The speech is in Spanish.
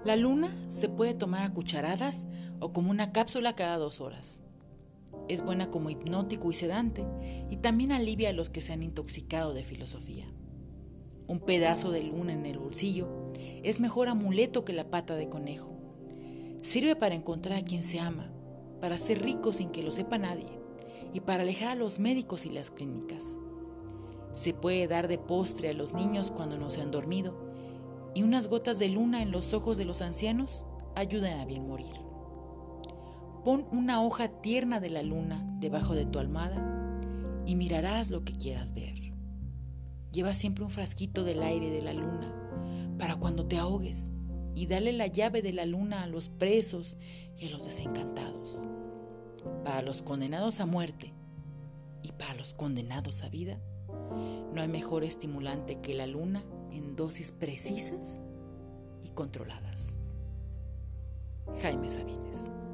La luna se puede tomar a cucharadas o como una cápsula cada 2 horas. Es buena como hipnótico y sedante, y también alivia a los que se han intoxicado de filosofía. Un pedazo de luna en el bolsillo es mejor amuleto que la pata de conejo. Sirve para encontrar a quien se ama, para ser rico sin que lo sepa nadie, y para alejar a los médicos y las clínicas. Se puede dar de postre a los niños cuando no se han dormido, y unas gotas de luna en los ojos de los ancianos ayudan a bien morir. Pon una hoja tierna de la luna debajo de tu almohada y mirarás lo que quieras ver. Lleva siempre un frasquito del aire de la luna para cuando te ahogues, y dale la llave de la luna a los presos y a los desencantados. Para los condenados a muerte y para los condenados a vida, no hay mejor estimulante que la luna en dosis precisas y controladas. Jaime Sabines.